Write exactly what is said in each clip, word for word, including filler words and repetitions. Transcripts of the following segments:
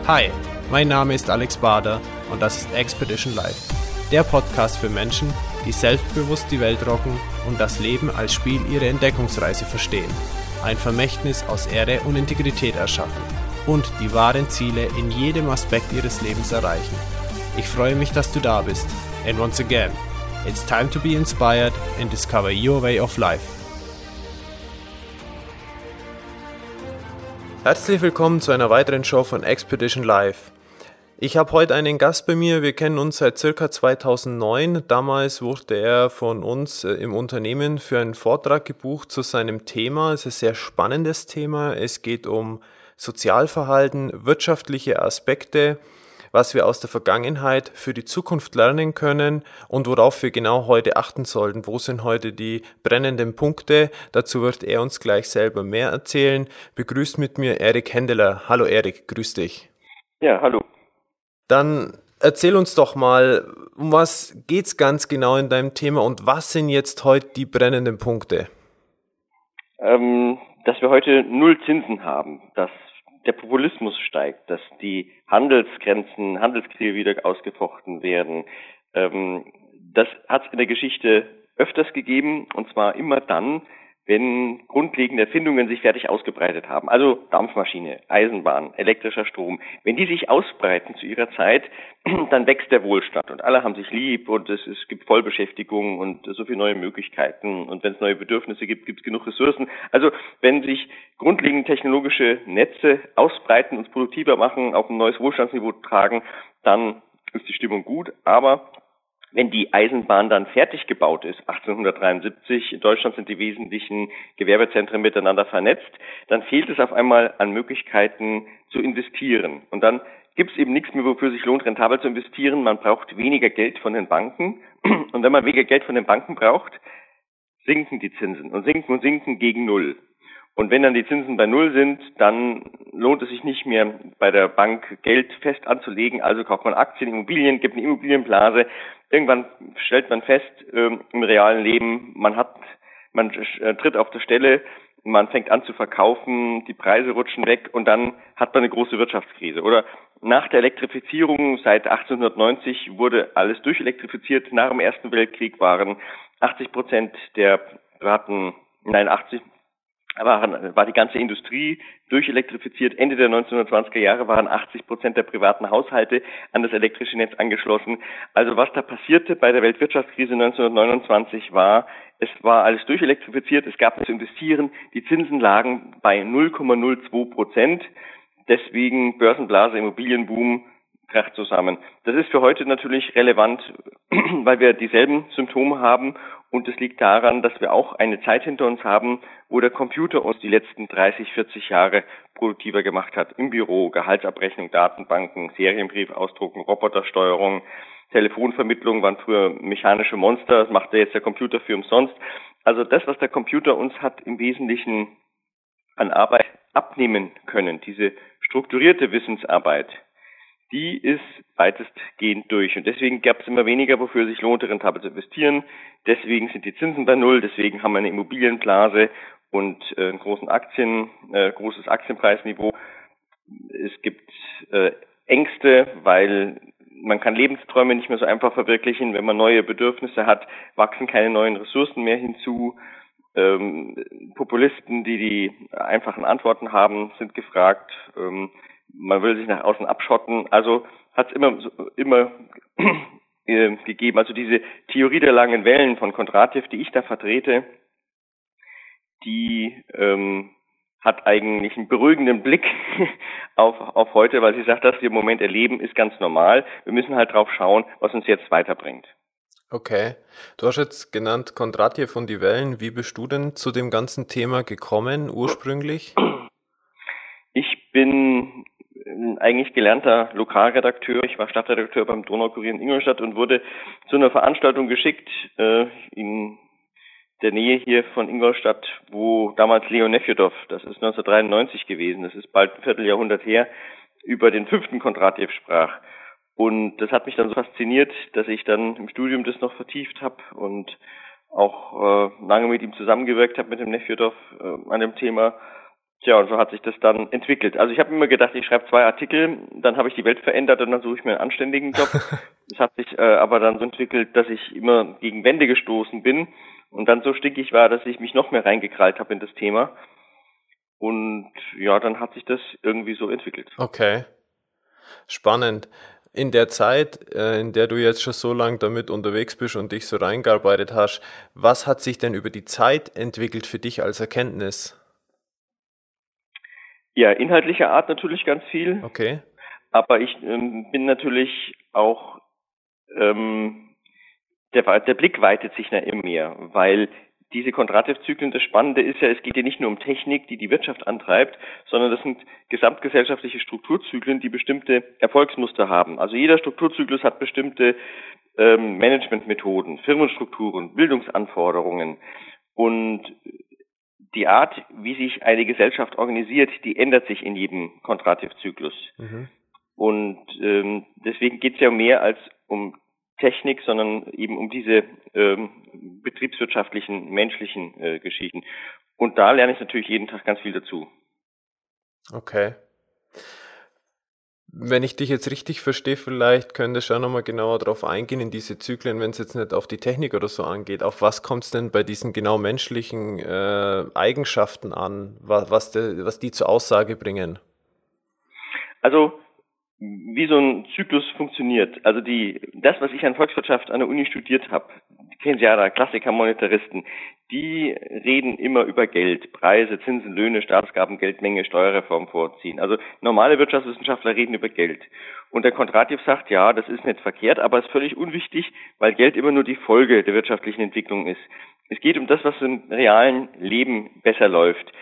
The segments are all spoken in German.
Hi, mein Name ist Alex Bader und das ist Expedition Live, der Podcast für Menschen, die selbstbewusst die Welt rocken und das Leben als Spiel ihre Entdeckungsreise verstehen, ein Vermächtnis aus Ehre und Integrität erschaffen und die wahren Ziele in jedem Aspekt ihres Lebens erreichen. Ich freue mich, dass du da bist. And once again, it's time to be inspired and discover your way of life. Herzlich willkommen zu einer weiteren Show von Expedition Live. Ich habe heute einen Gast bei mir, wir kennen uns seit circa zweitausendneun. Damals wurde er von uns im Unternehmen für einen Vortrag gebucht zu seinem Thema. Es ist ein sehr spannendes Thema. Es geht um Sozialverhalten, wirtschaftliche Aspekte, was wir aus der Vergangenheit für die Zukunft lernen können und worauf wir genau heute achten sollten. Wo sind heute die brennenden Punkte? Dazu wird er uns gleich selber mehr erzählen. Begrüßt mit mir Erik Händeler. Hallo Erik, grüß dich. Ja, hallo. Dann erzähl uns doch mal, um was geht's ganz genau in deinem Thema und was sind jetzt heute die brennenden Punkte? Ähm, dass wir heute null Zinsen haben, dass der Populismus steigt, dass die Handelsgrenzen, Handelskriege wieder ausgefochten werden. Ähm, das hat es in der Geschichte öfters gegeben, und zwar immer dann, wenn grundlegende Erfindungen sich fertig ausgebreitet haben. Also Dampfmaschine, Eisenbahn, elektrischer Strom. Wenn die sich ausbreiten zu ihrer Zeit, dann wächst der Wohlstand und alle haben sich lieb und es, es gibt Vollbeschäftigung und so viele neue Möglichkeiten. Und wenn es neue Bedürfnisse gibt, gibt es genug Ressourcen. Also wenn sich grundlegend technologische Netze ausbreiten, uns produktiver machen, auf ein neues Wohlstandsniveau tragen, dann ist die Stimmung gut. Aber wenn die Eisenbahn dann fertig gebaut ist, achtzehnhundertdreiundsiebzig, in Deutschland sind die wesentlichen Gewerbezentren miteinander vernetzt, dann fehlt es auf einmal an Möglichkeiten zu investieren. Und dann gibt es eben nichts mehr, wofür sich lohnt, rentabel zu investieren. Man braucht weniger Geld von den Banken. Und wenn man weniger Geld von den Banken braucht, sinken die Zinsen und sinken und sinken gegen Null. Und wenn dann die Zinsen bei Null sind, dann lohnt es sich nicht mehr, bei der Bank Geld fest anzulegen. Also kauft man Aktien, Immobilien, gibt eine Immobilienblase. Irgendwann stellt man fest, ähm, im realen Leben, man hat, man äh, tritt auf der Stelle, man fängt an zu verkaufen, die Preise rutschen weg und dann hat man eine große Wirtschaftskrise. Oder nach der Elektrifizierung, seit achtzehnhundertneunzig wurde alles durchelektrifiziert. Nach dem Ersten Weltkrieg waren achtzig Prozent der privaten, nein, achtzig Waren, war die ganze Industrie durchelektrifiziert. Ende der neunzehnhundertzwanziger Jahre waren achtzig Prozent der privaten Haushalte an das elektrische Netz angeschlossen. Also was da passierte bei der Weltwirtschaftskrise neunzehnhundertneunundzwanzig war, es war alles durchelektrifiziert, es gab nichts zu investieren, die Zinsen lagen bei null Komma null zwei Prozent. Deswegen Börsenblase, Immobilienboom, kracht zusammen. Das ist für heute natürlich relevant, weil wir dieselben Symptome haben und es liegt daran, dass wir auch eine Zeit hinter uns haben, wo der Computer uns die letzten dreißig, vierzig Jahre produktiver gemacht hat. Im Büro, Gehaltsabrechnung, Datenbanken, Serienbrief ausdrucken, Robotersteuerung, Telefonvermittlung waren früher mechanische Monster, das macht jetzt der Computer für umsonst. Also das, was der Computer uns hat im Wesentlichen an Arbeit abnehmen können, diese strukturierte Wissensarbeit, die ist weitestgehend durch. Und deswegen gab es immer weniger, wofür es sich lohnte, rentabel zu investieren. Deswegen sind die Zinsen bei Null. Deswegen haben wir eine Immobilienblase und äh, einen großen Aktien, äh, großes Aktienpreisniveau. Es gibt äh, Ängste, weil man kann Lebensträume nicht mehr so einfach verwirklichen. Wenn man neue Bedürfnisse hat, wachsen keine neuen Ressourcen mehr hinzu. Ähm, Populisten, die die einfachen Antworten haben, sind gefragt. Ähm, Man will sich nach außen abschotten, also hat es immer immer äh, gegeben. Also diese Theorie der langen Wellen von Kondratjew, die ich da vertrete, die ähm, hat eigentlich einen beruhigenden Blick auf auf heute, weil sie sagt, dass wir im Moment erleben, ist ganz normal. Wir müssen halt drauf schauen, was uns jetzt weiterbringt. Okay, du hast jetzt genannt Kondratjew und die Wellen. Wie bist du denn zu dem ganzen Thema gekommen ursprünglich? Ich bin eigentlich gelernter Lokalredakteur. Ich war Stadtredakteur beim Donaukurier in Ingolstadt und wurde zu einer Veranstaltung geschickt äh, in der Nähe hier von Ingolstadt, wo damals Leon Nefjedov, das ist neunzehnhundertdreiundneunzig gewesen, das ist bald ein Vierteljahrhundert her, über den fünften Kondratjew sprach. Und das hat mich dann so fasziniert, dass ich dann im Studium das noch vertieft habe und auch äh, lange mit ihm zusammengewirkt habe, mit dem Nefjedov äh, an dem Thema. Tja, und so hat sich das dann entwickelt. Also ich habe immer gedacht, ich schreibe zwei Artikel, dann habe ich die Welt verändert und dann suche ich mir einen anständigen Job. Das hat sich äh, aber dann so entwickelt, dass ich immer gegen Wände gestoßen bin und dann so stickig war, dass ich mich noch mehr reingekrallt habe in das Thema. Und ja, dann hat sich das irgendwie so entwickelt. Okay, spannend. In der Zeit, äh, in der du jetzt schon so lange damit unterwegs bist und dich so reingearbeitet hast, was hat sich denn über die Zeit entwickelt für dich als Erkenntnis? Ja, inhaltlicher Art natürlich ganz viel, Okay. aber ich ähm, bin natürlich auch, ähm, der, der Blick weitet sich nach immer mehr, weil diese Kondratiev-Zyklen, das Spannende ist ja, es geht ja nicht nur um Technik, die die Wirtschaft antreibt, sondern das sind gesamtgesellschaftliche Strukturzyklen, die bestimmte Erfolgsmuster haben. Also jeder Strukturzyklus hat bestimmte ähm, Managementmethoden, Firmenstrukturen, Bildungsanforderungen und die Art, wie sich eine Gesellschaft organisiert, die ändert sich in jedem Kondratiev-Zyklus. Mhm. Und ähm, deswegen geht es ja um mehr als um Technik, sondern eben um diese ähm, betriebswirtschaftlichen, menschlichen äh, Geschichten. Und da lerne ich natürlich jeden Tag ganz viel dazu. Okay. Wenn ich dich jetzt richtig verstehe, vielleicht könntest du auch nochmal genauer darauf eingehen in diese Zyklen, wenn es jetzt nicht auf die Technik oder so angeht. Auf was kommt es denn bei diesen genau menschlichen äh, Eigenschaften an, was, was, de, was die zur Aussage bringen? Also wie so ein Zyklus funktioniert. Also die, das, was ich an Volkswirtschaft an der Uni studiert habe, die Keynesianer, Klassiker, Monetaristen, die reden immer über Geld, Preise, Zinsen, Löhne, Staatsgaben, Geldmenge, Steuerreform vorziehen. Also normale Wirtschaftswissenschaftler reden über Geld. Und der Kondratiev sagt, ja, das ist nicht verkehrt, aber es ist völlig unwichtig, weil Geld immer nur die Folge der wirtschaftlichen Entwicklung ist. Es geht um das, was im realen Leben besser läuft.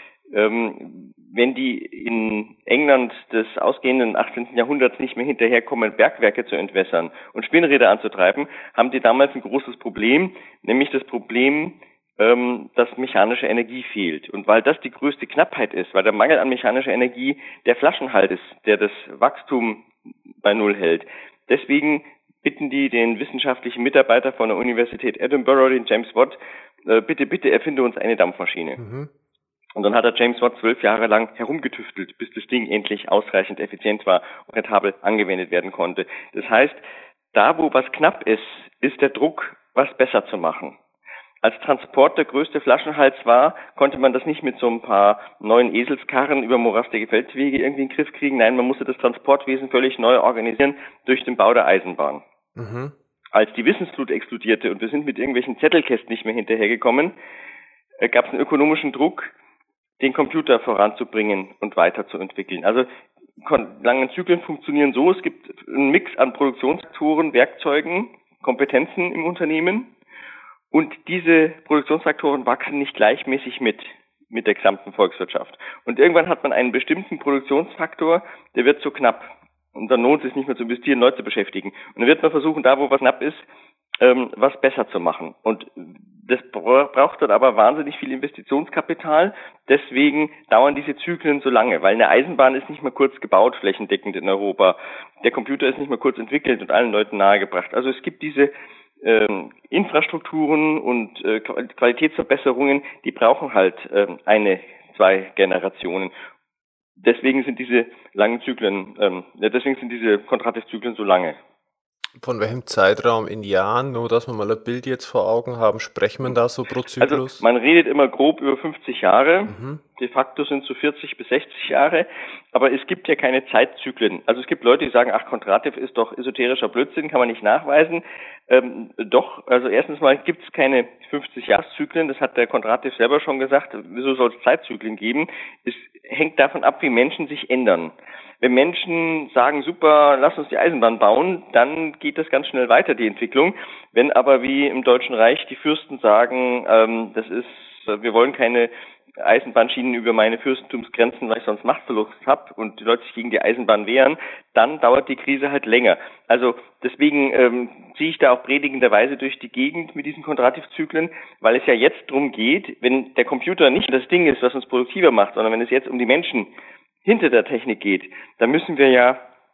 Ähm, wenn die in England des ausgehenden achtzehnten. Jahrhunderts nicht mehr hinterherkommen, Bergwerke zu entwässern und Spinnräder anzutreiben, haben die damals ein großes Problem, nämlich das Problem, ähm, dass mechanische Energie fehlt. Und weil das die größte Knappheit ist, weil der Mangel an mechanischer Energie der Flaschenhals ist, der das Wachstum bei Null hält. Deswegen bitten die den wissenschaftlichen Mitarbeiter von der Universität Edinburgh, den James Watt, äh, bitte, bitte erfinde uns eine Dampfmaschine. Mhm. Und dann hat der James Watt zwölf Jahre lang herumgetüftelt, bis das Ding endlich ausreichend effizient war und rentabel angewendet werden konnte. Das heißt, da wo was knapp ist, ist der Druck, was besser zu machen. Als Transport der größte Flaschenhals war, konnte man das nicht mit so ein paar neuen Eselskarren über morastige Feldwege irgendwie in den Griff kriegen. Nein, man musste das Transportwesen völlig neu organisieren durch den Bau der Eisenbahn. Mhm. Als die Wissensflut explodierte und wir sind mit irgendwelchen Zettelkästen nicht mehr hinterhergekommen, gab es einen ökonomischen Druck, den Computer voranzubringen und weiterzuentwickeln. Also lange Zyklen funktionieren so, es gibt einen Mix an Produktionsfaktoren, Werkzeugen, Kompetenzen im Unternehmen und diese Produktionsfaktoren wachsen nicht gleichmäßig mit, mit der gesamten Volkswirtschaft. Und irgendwann hat man einen bestimmten Produktionsfaktor, der wird zu knapp und dann lohnt es sich nicht mehr zu investieren, Leute zu beschäftigen. Und dann wird man versuchen, da wo was knapp ist, ähm, was besser zu machen. Und das braucht dann aber wahnsinnig viel Investitionskapital. Deswegen dauern diese Zyklen so lange, weil eine Eisenbahn ist nicht mehr kurz gebaut, flächendeckend in Europa. Der Computer ist nicht mehr kurz entwickelt und allen Leuten nahegebracht. Also es gibt diese ähm, Infrastrukturen und äh, Qualitätsverbesserungen, die brauchen halt ähm, eine, zwei Generationen. Deswegen sind diese langen Zyklen, ähm, deswegen sind diese Kondratiev-Zyklen so lange. Von welchem Zeitraum in Jahren, nur dass wir mal ein Bild jetzt vor Augen haben, sprechen wir da so pro Zyklus? Also man redet immer grob über fünfzig Jahre, Mhm. de facto sind es so vierzig bis sechzig Jahre, aber es gibt ja keine Zeitzyklen. Also es gibt Leute, die sagen, ach, Kondratiev ist doch esoterischer Blödsinn, kann man nicht nachweisen. Ähm, doch, also erstens mal gibt es keine fünfzig-Jahreszyklen, das hat der Kondratiev selber schon gesagt, wieso soll es Zeitzyklen geben? Es hängt davon ab, wie Menschen sich ändern. Wenn Menschen sagen, super, lass uns die Eisenbahn bauen, dann geht das ganz schnell weiter, die Entwicklung. Wenn aber wie im Deutschen Reich die Fürsten sagen, ähm, das ist, wir wollen keine Eisenbahnschienen über meine Fürstentumsgrenzen, weil ich sonst Machtverlust habe und die Leute sich gegen die Eisenbahn wehren, dann dauert die Krise halt länger. Also deswegen ähm, ziehe ich da auch predigenderweise durch die Gegend mit diesen Kondratiev-Zyklen, weil es ja jetzt drum geht, wenn der Computer nicht das Ding ist, was uns produktiver macht, sondern wenn es jetzt um die Menschen hinter der Technik geht, dann müssen wir ja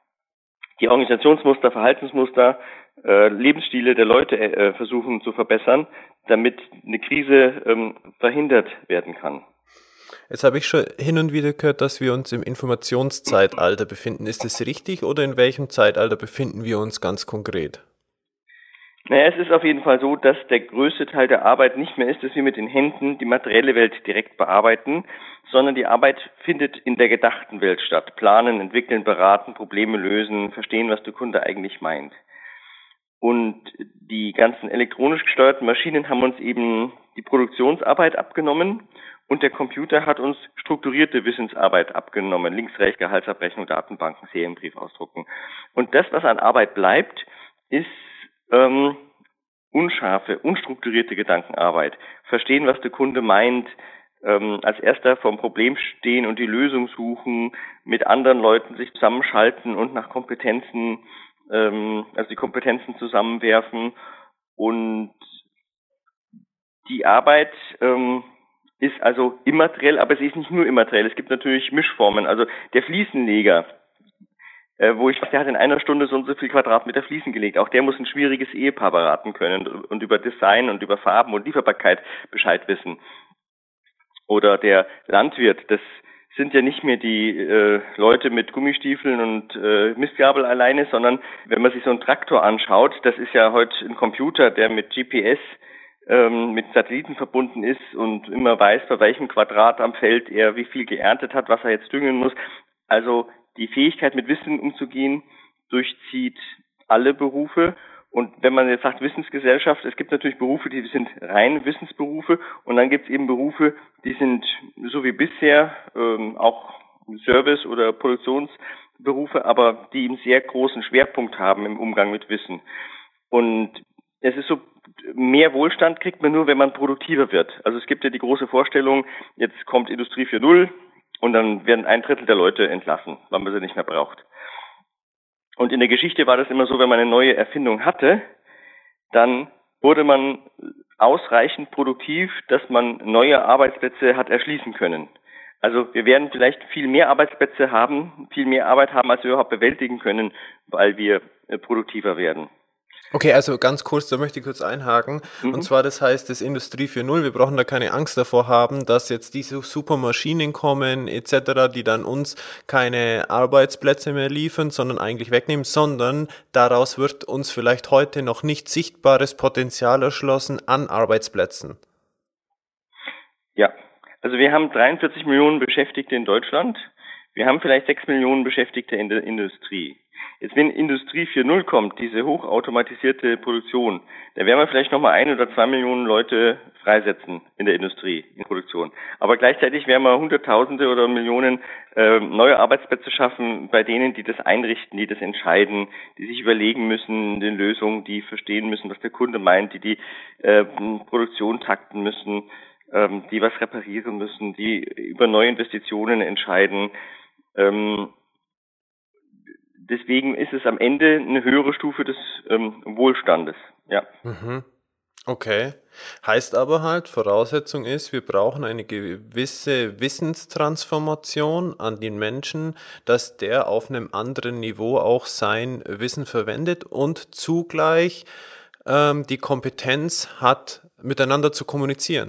die Organisationsmuster, Verhaltensmuster, äh, Lebensstile der Leute äh, versuchen zu verbessern, damit eine Krise ähm, verhindert werden kann. Jetzt habe ich schon hin und wieder gehört, dass wir uns im Informationszeitalter befinden. Ist das richtig oder in welchem Zeitalter befinden wir uns ganz konkret? Naja, es ist auf jeden Fall so, dass der größte Teil der Arbeit nicht mehr ist, dass wir mit den Händen die materielle Welt direkt bearbeiten, sondern die Arbeit findet in der gedachten Welt statt. Planen, entwickeln, beraten, Probleme lösen, verstehen, was der Kunde eigentlich meint. Und die ganzen elektronisch gesteuerten Maschinen haben uns eben die Produktionsarbeit abgenommen und der Computer hat uns strukturierte Wissensarbeit abgenommen. Links, rechts, Gehaltsabrechnung, Datenbanken, Serienbrief ausdrucken. Und das, was an Arbeit bleibt, ist ähm, unscharfe, unstrukturierte Gedankenarbeit. Verstehen, was der Kunde meint, ähm, als erster vorm Problem stehen und die Lösung suchen, mit anderen Leuten sich zusammenschalten und nach Kompetenzen also die Kompetenzen zusammenwerfen, und die Arbeit ähm, ist also immateriell, aber sie ist nicht nur immateriell. Es gibt natürlich Mischformen. Also der Fliesenleger, äh, wo ich weiß, der hat in einer Stunde so und so viel Quadratmeter Fliesen gelegt. Auch der muss ein schwieriges Ehepaar beraten können und über Design und über Farben und Lieferbarkeit Bescheid wissen. Oder der Landwirt, das sind ja nicht mehr die äh, Leute mit Gummistiefeln und äh, Mistgabel alleine, sondern wenn man sich so einen Traktor anschaut, das ist ja heute ein Computer, der mit G P S, ähm, mit Satelliten verbunden ist und immer weiß, bei welchem Quadrat am Feld er wie viel geerntet hat, was er jetzt düngen muss. Also die Fähigkeit, mit Wissen umzugehen, durchzieht alle Berufe. Und wenn man jetzt sagt Wissensgesellschaft, es gibt natürlich Berufe, die sind rein Wissensberufe, und dann gibt es eben Berufe, die sind so wie bisher ähm, auch Service- oder Produktionsberufe, aber die einen sehr großen Schwerpunkt haben im Umgang mit Wissen. Und es ist so, mehr Wohlstand kriegt man nur, wenn man produktiver wird. Also es gibt ja die große Vorstellung, jetzt kommt Industrie vier Punkt null und dann werden ein Drittel der Leute entlassen, weil man sie nicht mehr braucht. Und in der Geschichte war das immer so, wenn man eine neue Erfindung hatte, dann wurde man ausreichend produktiv, dass man neue Arbeitsplätze hat erschließen können. Also wir werden vielleicht viel mehr Arbeitsplätze haben, viel mehr Arbeit haben, als wir überhaupt bewältigen können, weil wir produktiver werden. Okay, also ganz kurz, da möchte ich kurz einhaken. Mhm. Und zwar, das heißt, das Industrie vier Punkt null, wir brauchen da keine Angst davor haben, dass jetzt diese Supermaschinen kommen et cetera, die dann uns keine Arbeitsplätze mehr liefern, sondern eigentlich wegnehmen, sondern daraus wird uns vielleicht heute noch nicht sichtbares Potenzial erschlossen an Arbeitsplätzen. Ja, also wir haben dreiundvierzig Millionen Beschäftigte in Deutschland. Wir haben vielleicht sechs Millionen Beschäftigte in der Industrie. Jetzt, wenn Industrie vier Punkt null kommt, diese hochautomatisierte Produktion, da werden wir vielleicht nochmal ein oder zwei Millionen Leute freisetzen in der Industrie, in der Produktion. Aber gleichzeitig werden wir Hunderttausende oder Millionen äh, neue Arbeitsplätze schaffen bei denen, die das einrichten, die das entscheiden, die sich überlegen müssen, den Lösungen, die verstehen müssen, was der Kunde meint, die die äh, Produktion takten müssen, ähm, die was reparieren müssen, die über neue Investitionen entscheiden. Ähm, Deswegen ist es am Ende eine höhere Stufe des ähm, Wohlstandes. Ja. Mhm. Okay. Heißt aber halt, Voraussetzung ist, wir brauchen eine gewisse Wissenstransformation an den Menschen, dass der auf einem anderen Niveau auch sein Wissen verwendet und zugleich ähm, die Kompetenz hat, miteinander zu kommunizieren.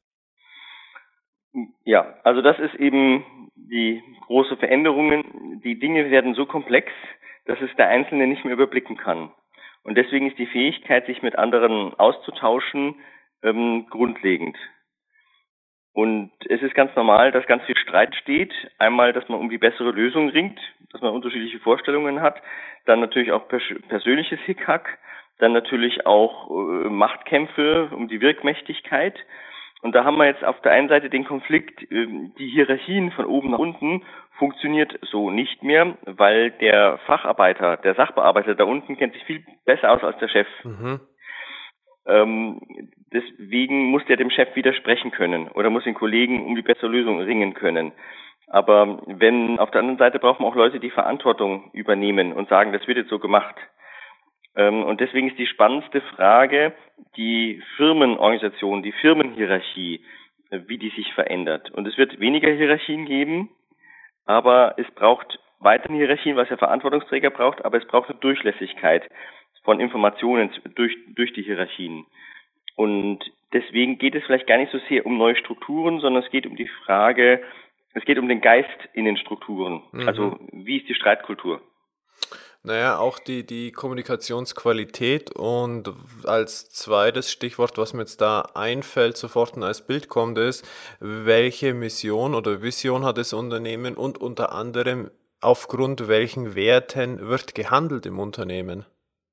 Ja, also das ist eben die große Veränderung. Die Dinge werden so komplex, dass es der Einzelne nicht mehr überblicken kann. Und deswegen ist die Fähigkeit, sich mit anderen auszutauschen, ähm, grundlegend. Und es ist ganz normal, dass ganz viel Streit steht. Einmal, dass man um die bessere Lösung ringt, dass man unterschiedliche Vorstellungen hat. Dann natürlich auch pers- persönliches Hickhack. Dann natürlich auch äh, Machtkämpfe um die Wirkmächtigkeit. Und da haben wir jetzt auf der einen Seite den Konflikt, die Hierarchien von oben nach unten funktioniert so nicht mehr, weil der Facharbeiter, der Sachbearbeiter da unten kennt sich viel besser aus als der Chef. Mhm. Ähm, deswegen muss der dem Chef widersprechen können oder muss den Kollegen um die bessere Lösung ringen können. Aber wenn auf der anderen Seite brauchen wir auch Leute, die Verantwortung übernehmen und sagen, das wird jetzt so gemacht. Und deswegen ist die spannendste Frage die Firmenorganisation, die Firmenhierarchie, wie die sich verändert. Und es wird weniger Hierarchien geben, aber es braucht weiterhin Hierarchien, was ja Verantwortungsträger braucht, aber es braucht eine Durchlässigkeit von Informationen durch, durch die Hierarchien. Und deswegen geht es vielleicht gar nicht so sehr um neue Strukturen, sondern es geht um die Frage, es geht um den Geist in den Strukturen. Mhm. Also wie ist die Streitkultur? Naja, auch die, die Kommunikationsqualität und als zweites Stichwort, was mir jetzt da einfällt, sofort und als Bild kommt, ist, welche Mission oder Vision hat das Unternehmen und unter anderem aufgrund welchen Werten wird gehandelt im Unternehmen?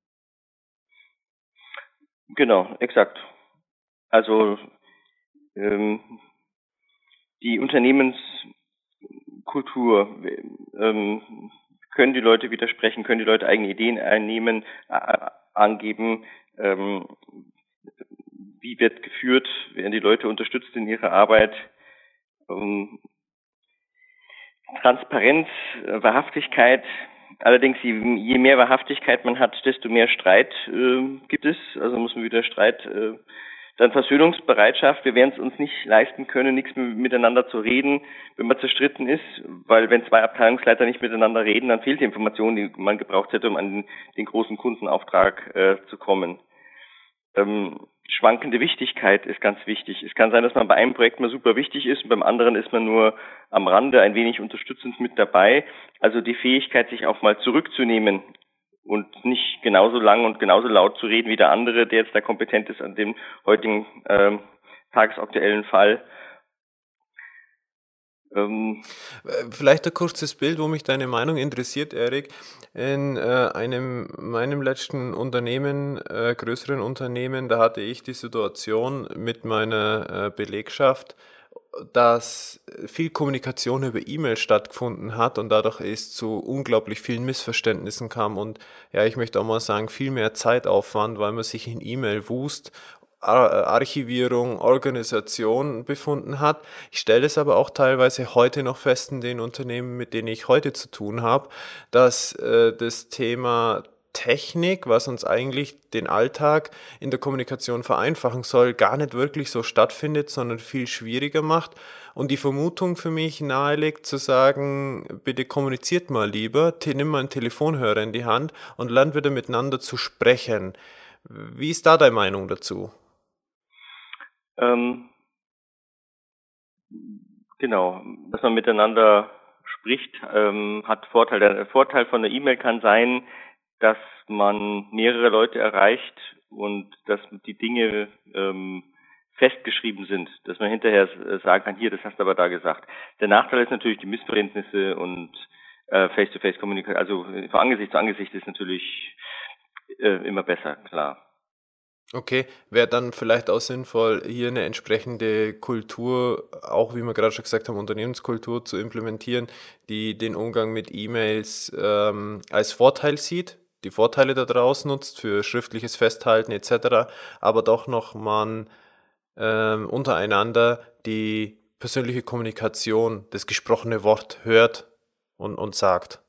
Genau, exakt. Also ähm, die Unternehmenskultur, ähm, können die Leute widersprechen, können die Leute eigene Ideen einnehmen, äh, angeben, ähm, wie wird geführt, werden die Leute unterstützt in ihrer Arbeit, ähm, Transparenz, äh, Wahrhaftigkeit. Allerdings, je, je mehr Wahrhaftigkeit man hat, desto mehr Streit äh, gibt es. Also muss man wieder Streit, äh, dann Versöhnungsbereitschaft. Wir werden es uns nicht leisten können, nichts miteinander zu reden, wenn man zerstritten ist, weil wenn zwei Abteilungsleiter nicht miteinander reden, dann fehlt die Information, die man gebraucht hätte, um an den, den großen Kundenauftrag äh, zu kommen. Ähm, schwankende Wichtigkeit ist ganz wichtig. Es kann sein, dass man bei einem Projekt mal super wichtig ist und beim anderen ist man nur am Rande ein wenig unterstützend mit dabei. Also die Fähigkeit, sich auch mal zurückzunehmen und nicht genauso lang und genauso laut zu reden wie der andere, der jetzt da kompetent ist an dem heutigen ähm, tagesaktuellen Fall. Ähm, Vielleicht ein kurzes Bild, wo mich deine Meinung interessiert, Erik. In äh, einem meinem letzten Unternehmen, äh, größeren Unternehmen, da hatte ich die Situation mit meiner äh, Belegschaft, dass viel Kommunikation über E-Mail stattgefunden hat und dadurch es zu unglaublich vielen Missverständnissen kam und ja, ich möchte auch mal sagen, viel mehr Zeitaufwand, weil man sich in E-Mail wust, Archivierung, Organisation befunden hat. Ich stelle es aber auch teilweise heute noch fest in den Unternehmen, mit denen ich heute zu tun habe, dass äh, das Thema Technik, was uns eigentlich den Alltag in der Kommunikation vereinfachen soll, gar nicht wirklich so stattfindet, sondern viel schwieriger macht. Und die Vermutung für mich nahelegt zu sagen, bitte kommuniziert mal lieber, nimm mal einen Telefonhörer in die Hand und lernt wieder miteinander zu sprechen. Wie ist da deine Meinung dazu? Ähm, genau, dass man miteinander spricht, ähm, hat Vorteil. Der Vorteil von der E-Mail kann sein, dass man mehrere Leute erreicht und dass die Dinge ähm, festgeschrieben sind, dass man hinterher sagen kann, hier, das hast du aber da gesagt. Der Nachteil ist natürlich die Missverständnisse und äh, Face-to-Face-Kommunikation, also von Angesicht zu Angesicht ist natürlich äh, immer besser, klar. Okay, wäre dann vielleicht auch sinnvoll, hier eine entsprechende Kultur, auch wie wir gerade schon gesagt haben, Unternehmenskultur zu implementieren, die den Umgang mit E-Mails ähm, als Vorteil sieht, die Vorteile daraus nutzt für schriftliches Festhalten et cetera, aber doch noch man ähm, untereinander die persönliche Kommunikation, das gesprochene Wort hört und, und sagt.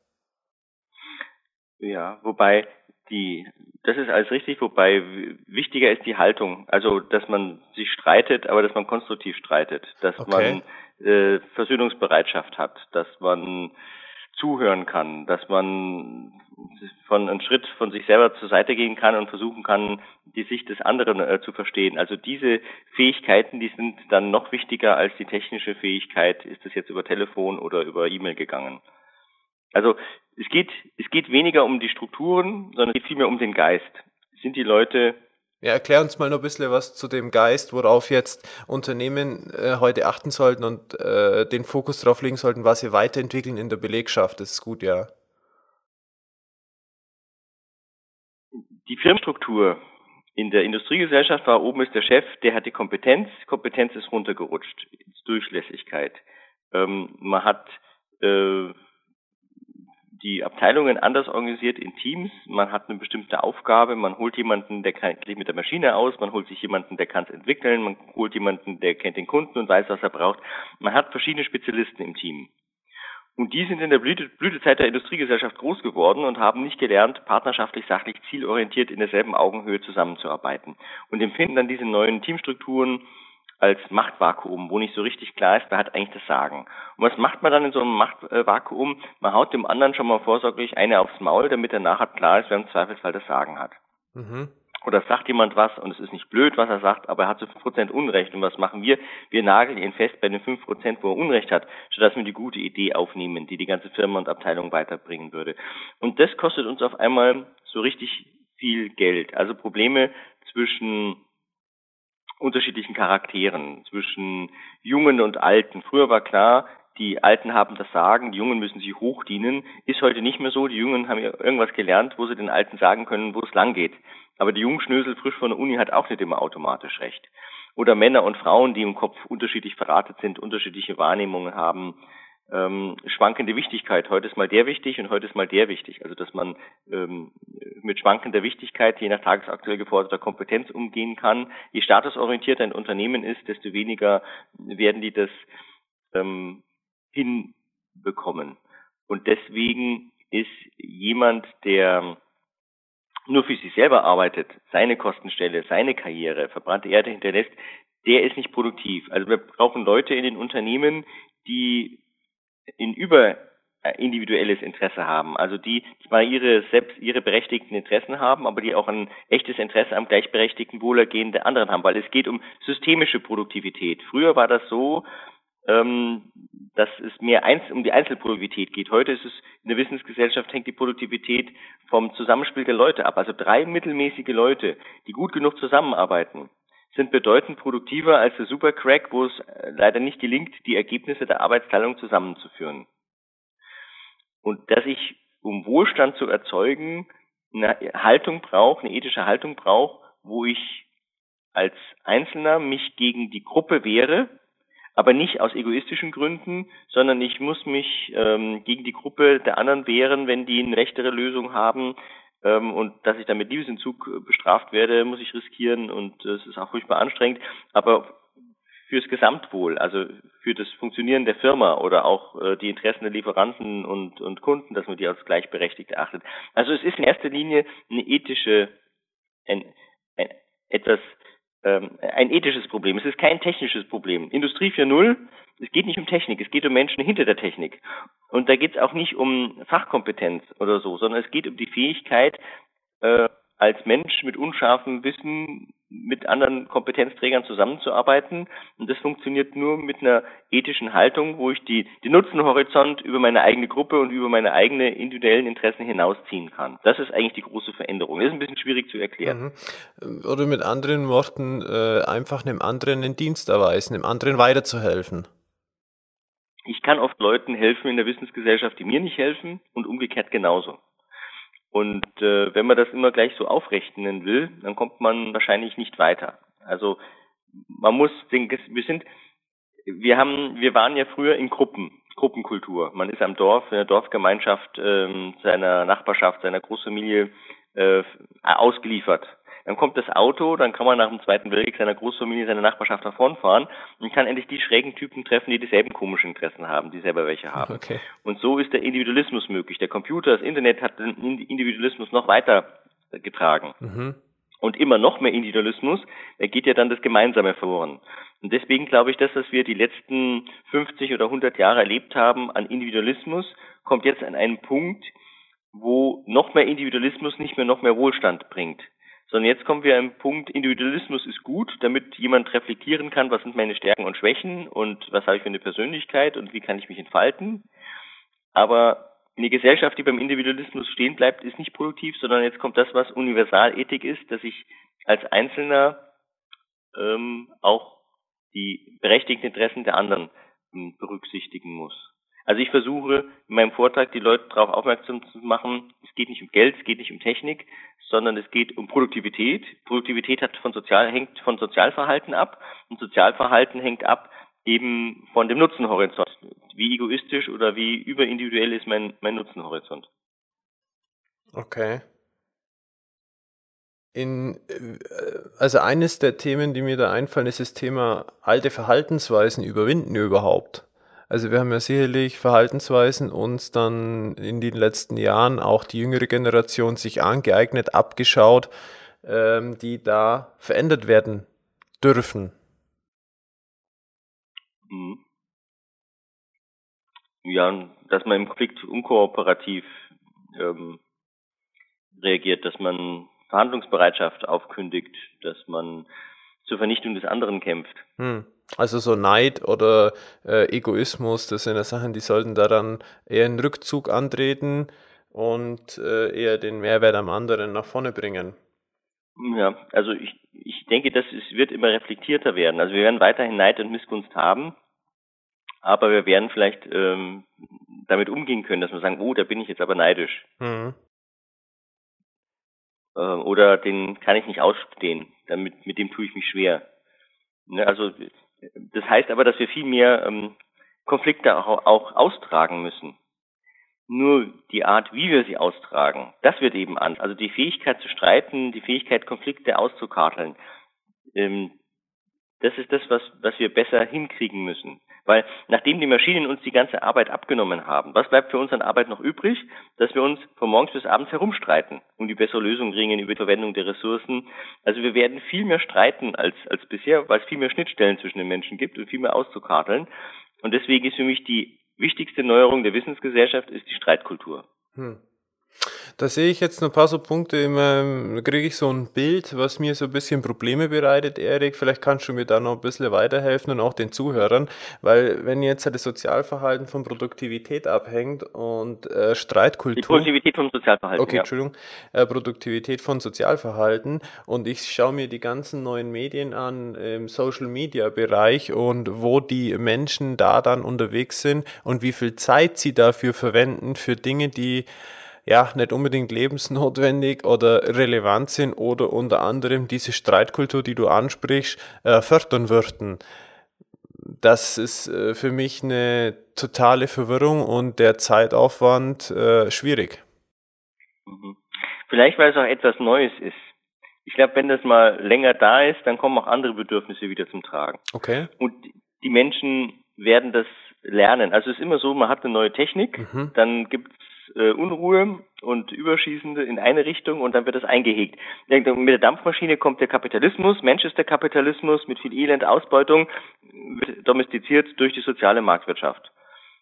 Ja, wobei die, das ist alles richtig, wobei wichtiger ist die Haltung. Also, dass man sich streitet, aber dass man konstruktiv streitet, dass Okay. man äh, Versöhnungsbereitschaft hat, dass man zuhören kann, dass man von einen Schritt von sich selber zur Seite gehen kann und versuchen kann, die Sicht des anderen äh, zu verstehen. Also diese Fähigkeiten, die sind dann noch wichtiger als die technische Fähigkeit, ist das jetzt über Telefon oder über E-Mail gegangen. Also es geht, es geht weniger um die Strukturen, sondern es geht vielmehr um den Geist. Sind die Leute... Ja, erklär uns mal noch ein bisschen was zu dem Geist, worauf jetzt Unternehmen äh, heute achten sollten und äh, den Fokus darauf legen sollten, was sie weiterentwickeln in der Belegschaft. Das ist gut, ja. Die Firmenstruktur in der Industriegesellschaft war, oben ist der Chef, der hat die Kompetenz, Kompetenz ist runtergerutscht, Durchlässigkeit. Ähm, man hat äh, die Abteilungen anders organisiert in Teams. Man hat eine bestimmte Aufgabe. Man holt jemanden, der kennt sich mit der Maschine aus. Man holt sich jemanden, der kann es entwickeln. Man holt jemanden, der kennt den Kunden und weiß, was er braucht. Man hat verschiedene Spezialisten im Team. Und die sind in der Blüte, Blütezeit der Industriegesellschaft groß geworden und haben nicht gelernt, partnerschaftlich, sachlich, zielorientiert in derselben Augenhöhe zusammenzuarbeiten. Und empfinden dann diese neuen Teamstrukturen als Machtvakuum, wo nicht so richtig klar ist, wer hat eigentlich das Sagen. Und was macht man dann in so einem Machtvakuum? Man haut dem anderen schon mal vorsorglich eine aufs Maul, damit er nachher klar ist, wer im Zweifelsfall das Sagen hat. Mhm. oder sagt jemand was und es ist nicht blöd, was er sagt, aber er hat zu fünf Prozent Unrecht. Und was machen wir? Wir nageln ihn fest bei den fünf Prozent, wo er Unrecht hat, sodass wir die gute Idee aufnehmen, die die ganze Firma und Abteilung weiterbringen würde. Und das kostet uns auf einmal so richtig viel Geld. Also Probleme zwischen unterschiedlichen Charakteren, zwischen Jungen und Alten. Früher war klar, die Alten haben das Sagen, die Jungen müssen sich hochdienen. Ist heute nicht mehr so. Die Jungen haben ja irgendwas gelernt, wo sie den Alten sagen können, wo es lang geht. Aber der Jungschnösel frisch von der Uni hat auch nicht immer automatisch recht. Oder Männer und Frauen, die im Kopf unterschiedlich verdrahtet sind, unterschiedliche Wahrnehmungen haben, ähm, schwankende Wichtigkeit. Heute ist mal der wichtig und heute ist mal der wichtig. Also dass man ähm, mit schwankender Wichtigkeit je nach tagesaktuell geforderter Kompetenz umgehen kann. Je statusorientierter ein Unternehmen ist, desto weniger werden die das ähm, hinbekommen. Und deswegen ist jemand, der nur für sich selber arbeitet, seine Kostenstelle, seine Karriere, verbrannte Erde hinterlässt, der ist nicht produktiv. Also wir brauchen Leute in den Unternehmen, die in über individuelles Interesse haben, also die zwar ihre selbst ihre berechtigten Interessen haben, aber die auch ein echtes Interesse am gleichberechtigten Wohlergehen der anderen haben, weil es geht um systemische Produktivität. Früher war das so, ähm, dass es mehr eins, um die Einzelproduktivität geht. Heute ist es in der Wissensgesellschaft, hängt die Produktivität vom Zusammenspiel der Leute ab. Also drei mittelmäßige Leute, die gut genug zusammenarbeiten, sind bedeutend produktiver als der Supercrack, wo es leider nicht gelingt, die Ergebnisse der Arbeitsteilung zusammenzuführen. Und dass ich, um Wohlstand zu erzeugen, eine Haltung brauche, eine ethische Haltung brauche, wo ich als Einzelner mich gegen die Gruppe wehre, aber nicht aus egoistischen Gründen, sondern ich muss mich ähm, gegen die Gruppe der anderen wehren, wenn die eine rechtere Lösung haben. Ähm, und dass ich dann mit Liebesentzug bestraft werde, muss ich riskieren und es ist auch furchtbar anstrengend. Aber fürs Gesamtwohl, also für das Funktionieren der Firma oder auch äh, die Interessen der Lieferanten und, und Kunden, dass man die als gleichberechtigt achtet. Also es ist in erster Linie eine ethische, ein, ein, etwas, ähm, ein ethisches Problem. Es ist kein technisches Problem. Industrie vier Punkt null, es geht nicht um Technik, es geht um Menschen hinter der Technik. Und da geht es auch nicht um Fachkompetenz oder so, sondern es geht um die Fähigkeit, äh, als Mensch mit unscharfem Wissen mit anderen Kompetenzträgern zusammenzuarbeiten. Und das funktioniert nur mit einer ethischen Haltung, wo ich die, den Nutzenhorizont über meine eigene Gruppe und über meine eigenen individuellen Interessen hinausziehen kann. Das ist eigentlich die große Veränderung. Das ist ein bisschen schwierig zu erklären. Mhm. Oder mit anderen Worten, äh, einfach einem anderen einen Dienst erweisen, dem anderen weiterzuhelfen. Ich kann oft Leuten helfen in der Wissensgesellschaft, die mir nicht helfen und umgekehrt genauso. Und äh, wenn man das immer gleich so aufrechnen will, dann kommt man wahrscheinlich nicht weiter. Also man muss den, wir sind, wir haben, wir waren ja früher in Gruppen, Gruppenkultur. Man ist am Dorf, in der Dorfgemeinschaft, ähm, seiner Nachbarschaft, seiner Großfamilie äh, ausgeliefert. Dann kommt das Auto, dann kann man nach dem Zweiten Weltkrieg seiner Großfamilie, seiner Nachbarschaft davonfahren und kann endlich die schrägen Typen treffen, die dieselben komischen Interessen haben, die selber welche haben. Okay. Und so ist der Individualismus möglich. Der Computer, das Internet hat den Individualismus noch weiter getragen. Mhm. Und immer noch mehr Individualismus, da geht ja dann das Gemeinsame verloren. Und deswegen glaube ich, dass was wir die letzten fünfzig oder hundert Jahre erlebt haben an Individualismus, kommt jetzt an einen Punkt, wo noch mehr Individualismus nicht mehr noch mehr Wohlstand bringt. Sondern jetzt kommen wir an einen Punkt, Individualismus ist gut, damit jemand reflektieren kann, was sind meine Stärken und Schwächen und was habe ich für eine Persönlichkeit und wie kann ich mich entfalten. Aber eine Gesellschaft, die beim Individualismus stehen bleibt, ist nicht produktiv, sondern jetzt kommt das, was Universalethik ist, dass ich als Einzelner ähm, auch die berechtigten Interessen der anderen ähm, berücksichtigen muss. Also ich versuche in meinem Vortrag die Leute darauf aufmerksam zu machen, es geht nicht um Geld, es geht nicht um Technik, sondern es geht um Produktivität. Produktivität hat von Sozial, hängt von Sozialverhalten ab und Sozialverhalten hängt ab eben von dem Nutzenhorizont. Wie egoistisch oder wie überindividuell ist mein, mein Nutzenhorizont. Okay. In, also eines der Themen, die mir da einfallen, ist das Thema alte Verhaltensweisen überwinden überhaupt. Also wir haben ja sicherlich Verhaltensweisen uns dann in den letzten Jahren, auch die jüngere Generation, sich angeeignet, abgeschaut, ähm, die da verändert werden dürfen. Mhm. Ja, dass man im Konflikt unkooperativ ähm, reagiert, dass man Verhandlungsbereitschaft aufkündigt, dass man zur Vernichtung des anderen kämpft. Hm. Also so Neid oder äh, Egoismus, das sind ja Sachen, die sollten da dann eher einen Rückzug antreten und äh, eher den Mehrwert am anderen nach vorne bringen. Ja, also ich, ich denke, das ist, wird immer reflektierter werden. Also wir werden weiterhin Neid und Missgunst haben, aber wir werden vielleicht ähm, damit umgehen können, dass wir sagen, oh, da bin ich jetzt aber neidisch. Mhm. Äh, oder den kann ich nicht ausstehen, damit, mit dem tue ich mich schwer. Ne, also das heißt aber, dass wir viel mehr ähm, Konflikte auch, auch austragen müssen. Nur die Art, wie wir sie austragen, das wird eben an. Also die Fähigkeit zu streiten, die Fähigkeit, Konflikte auszukarteln, ähm, das ist das, was, was wir besser hinkriegen müssen. Weil nachdem die Maschinen uns die ganze Arbeit abgenommen haben, was bleibt für uns an Arbeit noch übrig? Dass wir uns von morgens bis abends herumstreiten, um die bessere Lösung ringen über die Verwendung der Ressourcen. Also wir werden viel mehr streiten als, als bisher, weil es viel mehr Schnittstellen zwischen den Menschen gibt und viel mehr auszukarteln. Und deswegen ist für mich die wichtigste Neuerung der Wissensgesellschaft ist die Streitkultur. Hm. Da sehe ich jetzt noch ein paar so Punkte, immer da kriege ich so ein Bild, was mir so ein bisschen Probleme bereitet, Erik. Vielleicht kannst du mir da noch ein bisschen weiterhelfen und auch den Zuhörern, weil wenn jetzt das Sozialverhalten von Produktivität abhängt und äh, Die Streitkultur, Produktivität vom Sozialverhalten, okay, ja. Entschuldigung, äh, Produktivität von Sozialverhalten und ich schaue mir die ganzen neuen Medien an im Social Media Bereich und wo die Menschen da dann unterwegs sind und wie viel Zeit sie dafür verwenden für Dinge, die ja nicht unbedingt lebensnotwendig oder relevant sind oder unter anderem diese Streitkultur, die du ansprichst, äh, fördern würden. Das ist äh, für mich eine totale Verwirrung und der Zeitaufwand äh, schwierig. Mhm. Vielleicht, weil es auch etwas Neues ist. Ich glaube, wenn das mal länger da ist, dann kommen auch andere Bedürfnisse wieder zum Tragen. Okay. Und die Menschen werden das lernen. Also es ist immer so, man hat eine neue Technik, Mhm. dann gibt's äh, Unruhe und Überschießende in eine Richtung und dann wird das eingehegt. Mit der Dampfmaschine kommt der Kapitalismus, Mensch ist der Kapitalismus, mit viel Elend, Ausbeutung, wird domestiziert durch die soziale Marktwirtschaft.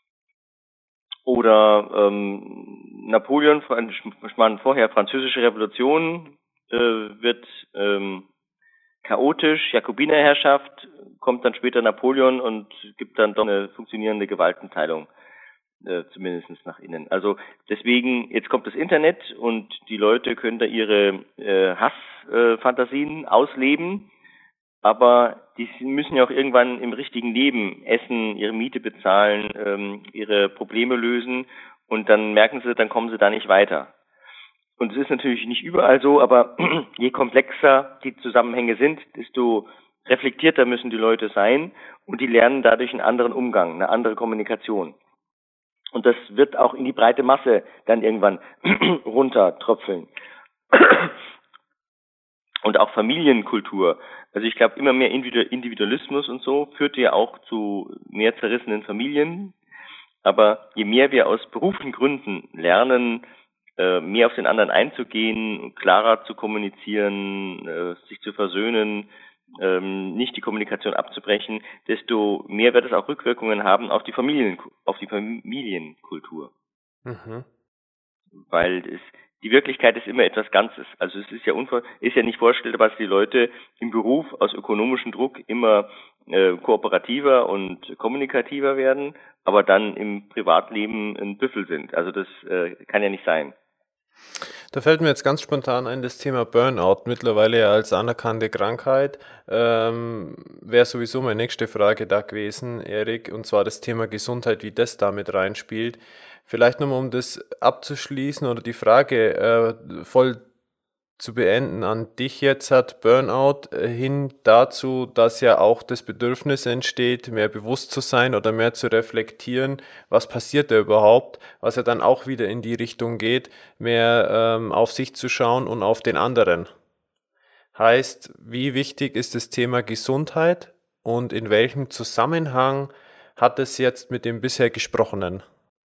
Oder ähm, Napoleon, ich meine vorher französische Revolution, äh, wird ähm, chaotisch, Jakobinerherrschaft, kommt dann später Napoleon und gibt dann doch eine funktionierende Gewaltenteilung, äh, zumindest nach innen. Also deswegen, jetzt kommt das Internet und die Leute können da ihre äh, Hassfantasien äh, ausleben, aber die müssen ja auch irgendwann im richtigen Leben essen, ihre Miete bezahlen, ähm, ihre Probleme lösen und dann merken sie, dann kommen sie da nicht weiter. Und es ist natürlich nicht überall so, aber je komplexer die Zusammenhänge sind, desto reflektierter müssen die Leute sein und die lernen dadurch einen anderen Umgang, eine andere Kommunikation. Und das wird auch in die breite Masse dann irgendwann runtertröpfeln. Und auch Familienkultur. Also ich glaube, immer mehr Individualismus und so führt ja auch zu mehr zerrissenen Familien. Aber je mehr wir aus beruflichen Gründen lernen, mehr auf den anderen einzugehen, klarer zu kommunizieren, sich zu versöhnen, nicht die Kommunikation abzubrechen, desto mehr wird es auch Rückwirkungen haben auf die Familien, auf die Familienkultur. Mhm. Weil es, die Wirklichkeit ist immer etwas Ganzes. Also es ist ja unvor, ist ja nicht vorstellbar, dass die Leute im Beruf aus ökonomischem Druck immer äh, kooperativer und kommunikativer werden, aber dann im Privatleben ein Büffel sind. Also das äh, kann ja nicht sein. Da fällt mir jetzt ganz spontan ein, das Thema Burnout, mittlerweile ja als anerkannte Krankheit, ähm, wäre sowieso meine nächste Frage da gewesen, Erik, und zwar das Thema Gesundheit, wie das damit reinspielt. Vielleicht nochmal, um das abzuschließen oder die Frage äh, voll zu beenden an dich jetzt, hat Burnout äh, hin dazu, dass ja auch das Bedürfnis entsteht, mehr bewusst zu sein oder mehr zu reflektieren, was passiert da überhaupt, was ja dann auch wieder in die Richtung geht, mehr ähm, auf sich zu schauen und auf den anderen. Heißt, wie wichtig ist das Thema Gesundheit und in welchem Zusammenhang hat es jetzt mit dem bisher Gesprochenen?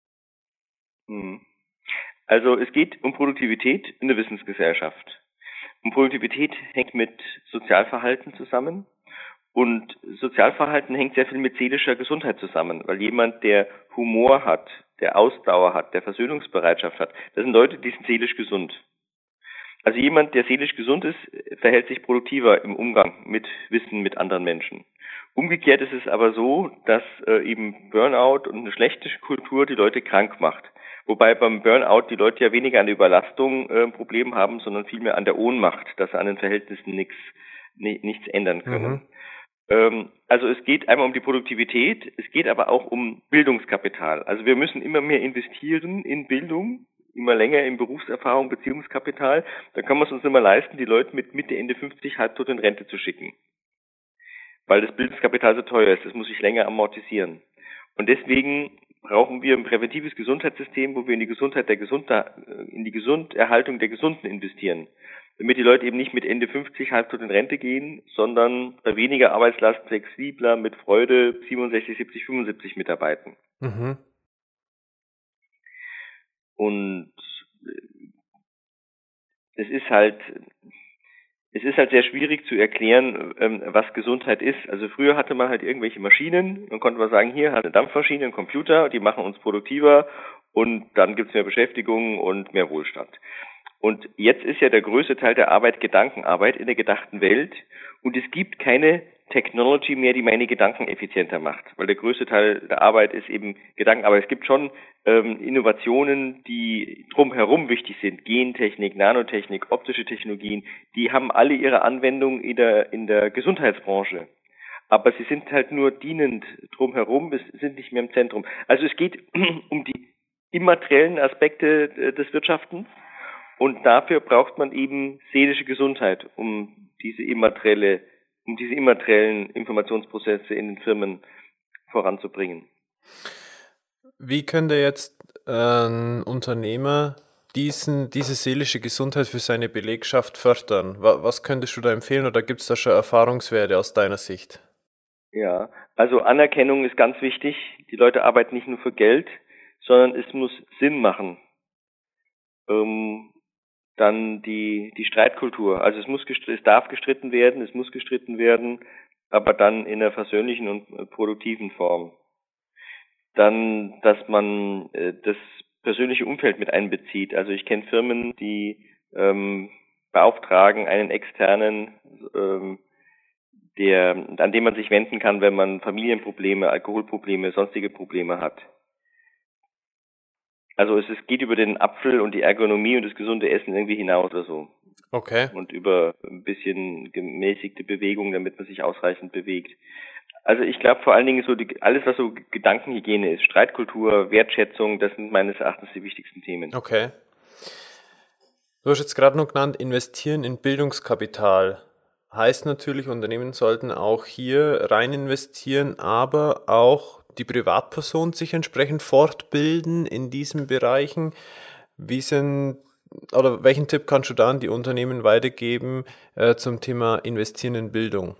Also es geht um Produktivität in der Wissensgesellschaft. Und Produktivität hängt mit Sozialverhalten zusammen. Und Sozialverhalten hängt sehr viel mit seelischer Gesundheit zusammen, weil jemand, der Humor hat, der Ausdauer hat, der Versöhnungsbereitschaft hat, das sind Leute, die sind seelisch gesund. Also jemand, der seelisch gesund ist, verhält sich produktiver im Umgang mit Wissen mit anderen Menschen. Umgekehrt ist es aber so, dass äh, eben Burnout und eine schlechte Kultur die Leute krank macht. Wobei beim Burnout die Leute ja weniger an der Überlastung äh, ein Problem haben, sondern vielmehr an der Ohnmacht, dass sie an den Verhältnissen nichts nichts ändern können. Mhm. Ähm, also es geht einmal um die Produktivität, es geht aber auch um Bildungskapital. Also wir müssen immer mehr investieren in Bildung, immer länger in Berufserfahrung, Beziehungskapital. Da kann man es uns nicht mehr leisten, die Leute mit Mitte, Ende fünfzig halbtot in Rente zu schicken. Weil das Bildungskapital so teuer ist, das muss sich länger amortisieren. Und deswegen brauchen wir ein präventives Gesundheitssystem, wo wir in die Gesundheit der Gesunder, in die Gesunderhaltung der Gesunden investieren. Damit die Leute eben nicht mit Ende fünfzig halbtot in Rente gehen, sondern bei weniger Arbeitslast flexibler, mit Freude siebenundsechzig, siebzig, fünfundsiebzig mitarbeiten. Mhm. Und es ist halt, es ist halt sehr schwierig zu erklären, ähm, was Gesundheit ist. Also früher hatte man halt irgendwelche Maschinen, dann konnte man sagen, hier hat eine Dampfmaschine, einen Computer, die machen uns produktiver und dann gibt's mehr Beschäftigung und mehr Wohlstand. Und jetzt ist ja der größte Teil der Arbeit Gedankenarbeit in der gedachten Welt und es gibt keine Technology mehr, die meine Gedanken effizienter macht, weil der größte Teil der Arbeit ist eben Gedankenarbeit. Es gibt schon ähm, Innovationen, die drumherum wichtig sind, Gentechnik, Nanotechnik, optische Technologien, die haben alle ihre Anwendung in der, in der Gesundheitsbranche. Aber sie sind halt nur dienend drumherum, es sind nicht mehr im Zentrum. Also es geht um die immateriellen Aspekte des Wirtschaftens. Und dafür braucht man eben seelische Gesundheit, um diese immaterielle, um diese immateriellen Informationsprozesse in den Firmen voranzubringen. Wie könnte jetzt ein Unternehmer diesen, diese seelische Gesundheit für seine Belegschaft fördern? Wa- Was könntest du da empfehlen oder gibt es da schon Erfahrungswerte aus deiner Sicht? Ja, also Anerkennung ist ganz wichtig. Die Leute arbeiten nicht nur für Geld, sondern es muss Sinn machen. Ähm, Dann die, die Streitkultur. Also es muss es darf gestritten werden, es muss gestritten werden, aber dann in einer versöhnlichen und produktiven Form. Dann, dass man äh, das persönliche Umfeld mit einbezieht. Also ich kenne Firmen, die ähm, beauftragen einen externen, ähm, der, an den man sich wenden kann, wenn man Familienprobleme, Alkoholprobleme, sonstige Probleme hat. Also es, es geht über den Apfel und die Ergonomie und das gesunde Essen irgendwie hinaus oder so. Okay. Und über ein bisschen gemäßigte Bewegung, damit man sich ausreichend bewegt. Also ich glaube vor allen Dingen so die, alles, was so Gedankenhygiene ist, Streitkultur, Wertschätzung, das sind meines Erachtens die wichtigsten Themen. Okay. Du hast jetzt gerade noch genannt, investieren in Bildungskapital. Heißt natürlich, Unternehmen sollten auch hier rein investieren, aber auch die Privatperson sich entsprechend fortbilden in diesen Bereichen. Wie sind, oder welchen Tipp kannst du da an die Unternehmen weitergeben äh, zum Thema Investieren in Bildung?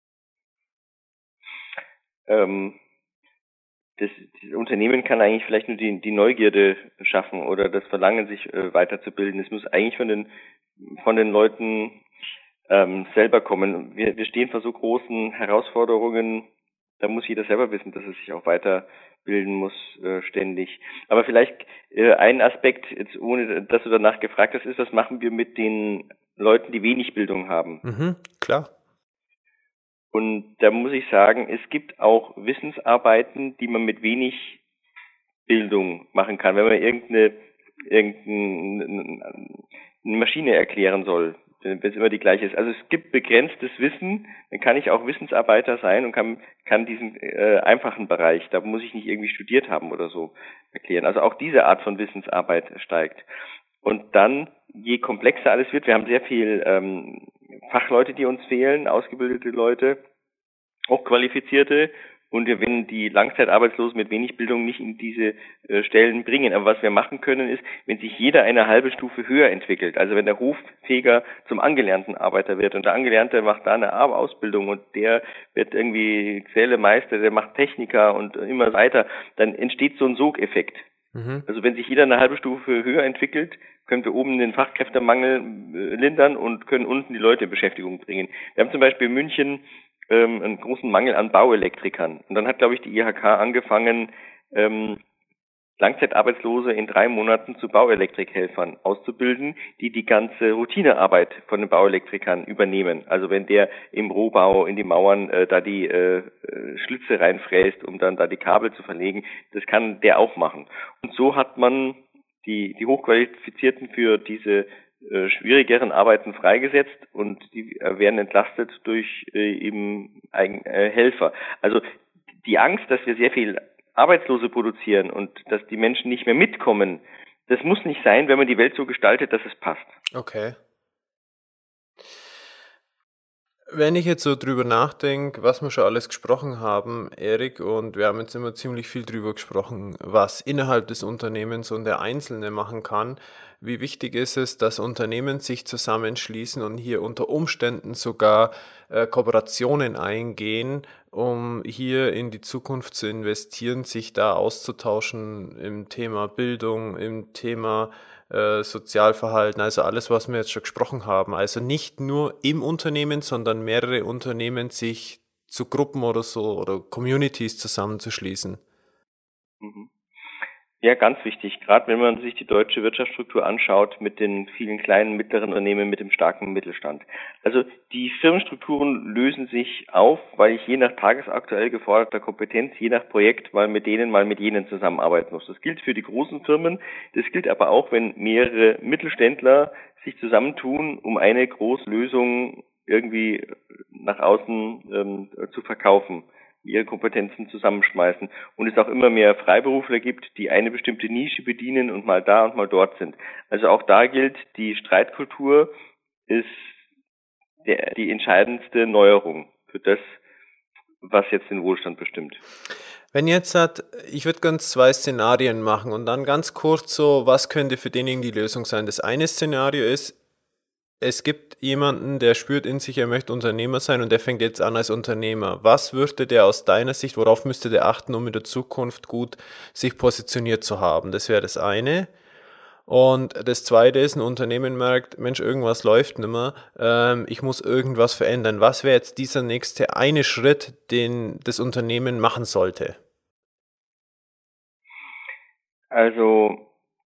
Ähm, das, das Unternehmen kann eigentlich vielleicht nur die, die Neugierde schaffen oder das Verlangen, sich äh, weiterzubilden. Es muss eigentlich von den von den Leuten ähm, selber kommen. Wir, wir stehen vor so großen Herausforderungen, da muss jeder selber wissen, dass er sich auch weiterbilden muss äh, ständig. Aber vielleicht äh, ein Aspekt, jetzt ohne dass du danach gefragt hast, ist, was machen wir mit den Leuten, die wenig Bildung haben? Mhm, klar. Und da muss ich sagen, es gibt auch Wissensarbeiten, die man mit wenig Bildung machen kann. Wenn man irgendeine, irgendeine Maschine erklären soll, wenn es immer die gleiche ist. Also es gibt begrenztes Wissen, dann kann ich auch Wissensarbeiter sein und kann, kann diesen äh, einfachen Bereich, da muss ich nicht irgendwie studiert haben oder so, erklären. Also auch diese Art von Wissensarbeit steigt. Und dann, je komplexer alles wird, wir haben sehr viel ähm, Fachleute, die uns fehlen, ausgebildete Leute, hochqualifizierte, und wir werden die Langzeitarbeitslosen mit wenig Bildung nicht in diese äh, Stellen bringen. Aber was wir machen können, ist, wenn sich jeder eine halbe Stufe höher entwickelt, also wenn der Hoffeger zum angelernten Arbeiter wird und der Angelernte macht da eine Ausbildung und der wird irgendwie Gesellemeister, der macht Techniker und immer weiter, dann entsteht so ein Sogeffekt. Mhm. Also wenn sich jeder eine halbe Stufe höher entwickelt, können wir oben den Fachkräftemangel äh, lindern und können unten die Leute in Beschäftigung bringen. Wir haben zum Beispiel in München ähm, einen großen Mangel an Bauelektrikern. Und dann hat, glaube ich, die I H K angefangen, ähm, Langzeitarbeitslose in drei Monaten zu Bauelektrikhelfern auszubilden, die die ganze Routinearbeit von den Bauelektrikern übernehmen. Also wenn der im Rohbau in die Mauern äh, da die äh, Schlitze reinfräst, um dann da die Kabel zu verlegen, das kann der auch machen. Und so hat man die, die Hochqualifizierten für diese äh, schwierigeren Arbeiten freigesetzt und die äh, werden entlastet durch äh, eben Eigen, äh, Helfer. Also die Angst, dass wir sehr viel Arbeitslose produzieren und dass die Menschen nicht mehr mitkommen, das muss nicht sein, wenn man die Welt so gestaltet, dass es passt. Okay. Wenn ich jetzt so drüber nachdenke, was wir schon alles gesprochen haben, Erik, und wir haben jetzt immer ziemlich viel drüber gesprochen, was innerhalb des Unternehmens und der Einzelne machen kann, wie wichtig ist es, dass Unternehmen sich zusammenschließen und hier unter Umständen sogar äh, Kooperationen eingehen, um hier in die Zukunft zu investieren, sich da auszutauschen im Thema Bildung, im Thema äh, Sozialverhalten, also alles, was wir jetzt schon gesprochen haben. Also nicht nur im Unternehmen, sondern mehrere Unternehmen sich zu Gruppen oder so oder Communities zusammenzuschließen. Mhm. Ja, ganz wichtig, gerade wenn man sich die deutsche Wirtschaftsstruktur anschaut mit den vielen kleinen, mittleren Unternehmen, mit dem starken Mittelstand. Also die Firmenstrukturen lösen sich auf, weil ich je nach tagesaktuell geforderter Kompetenz, je nach Projekt mal mit denen, mal mit jenen zusammenarbeiten muss. Das gilt für die großen Firmen, das gilt aber auch, wenn mehrere Mittelständler sich zusammentun, um eine Großlösung irgendwie nach außen ähm, zu verkaufen, ihre Kompetenzen zusammenschmeißen und es auch immer mehr Freiberufler gibt, die eine bestimmte Nische bedienen und mal da und mal dort sind. Also auch da gilt, die Streitkultur ist der, die entscheidendste Neuerung für das, was jetzt den Wohlstand bestimmt. Wenn jetzt hat, ich würde ganz zwei Szenarien machen und dann ganz kurz so, was könnte für denjenigen die Lösung sein? Das eine Szenario ist, es gibt jemanden, der spürt in sich, er möchte Unternehmer sein und der fängt jetzt an als Unternehmer. Was würde der aus deiner Sicht, worauf müsste der achten, um in der Zukunft gut sich positioniert zu haben? Das wäre das eine. Und das zweite ist, ein Unternehmen merkt, Mensch, irgendwas läuft nicht mehr, ähm, ich muss irgendwas verändern. Was wäre jetzt dieser nächste eine Schritt, den das Unternehmen machen sollte? Also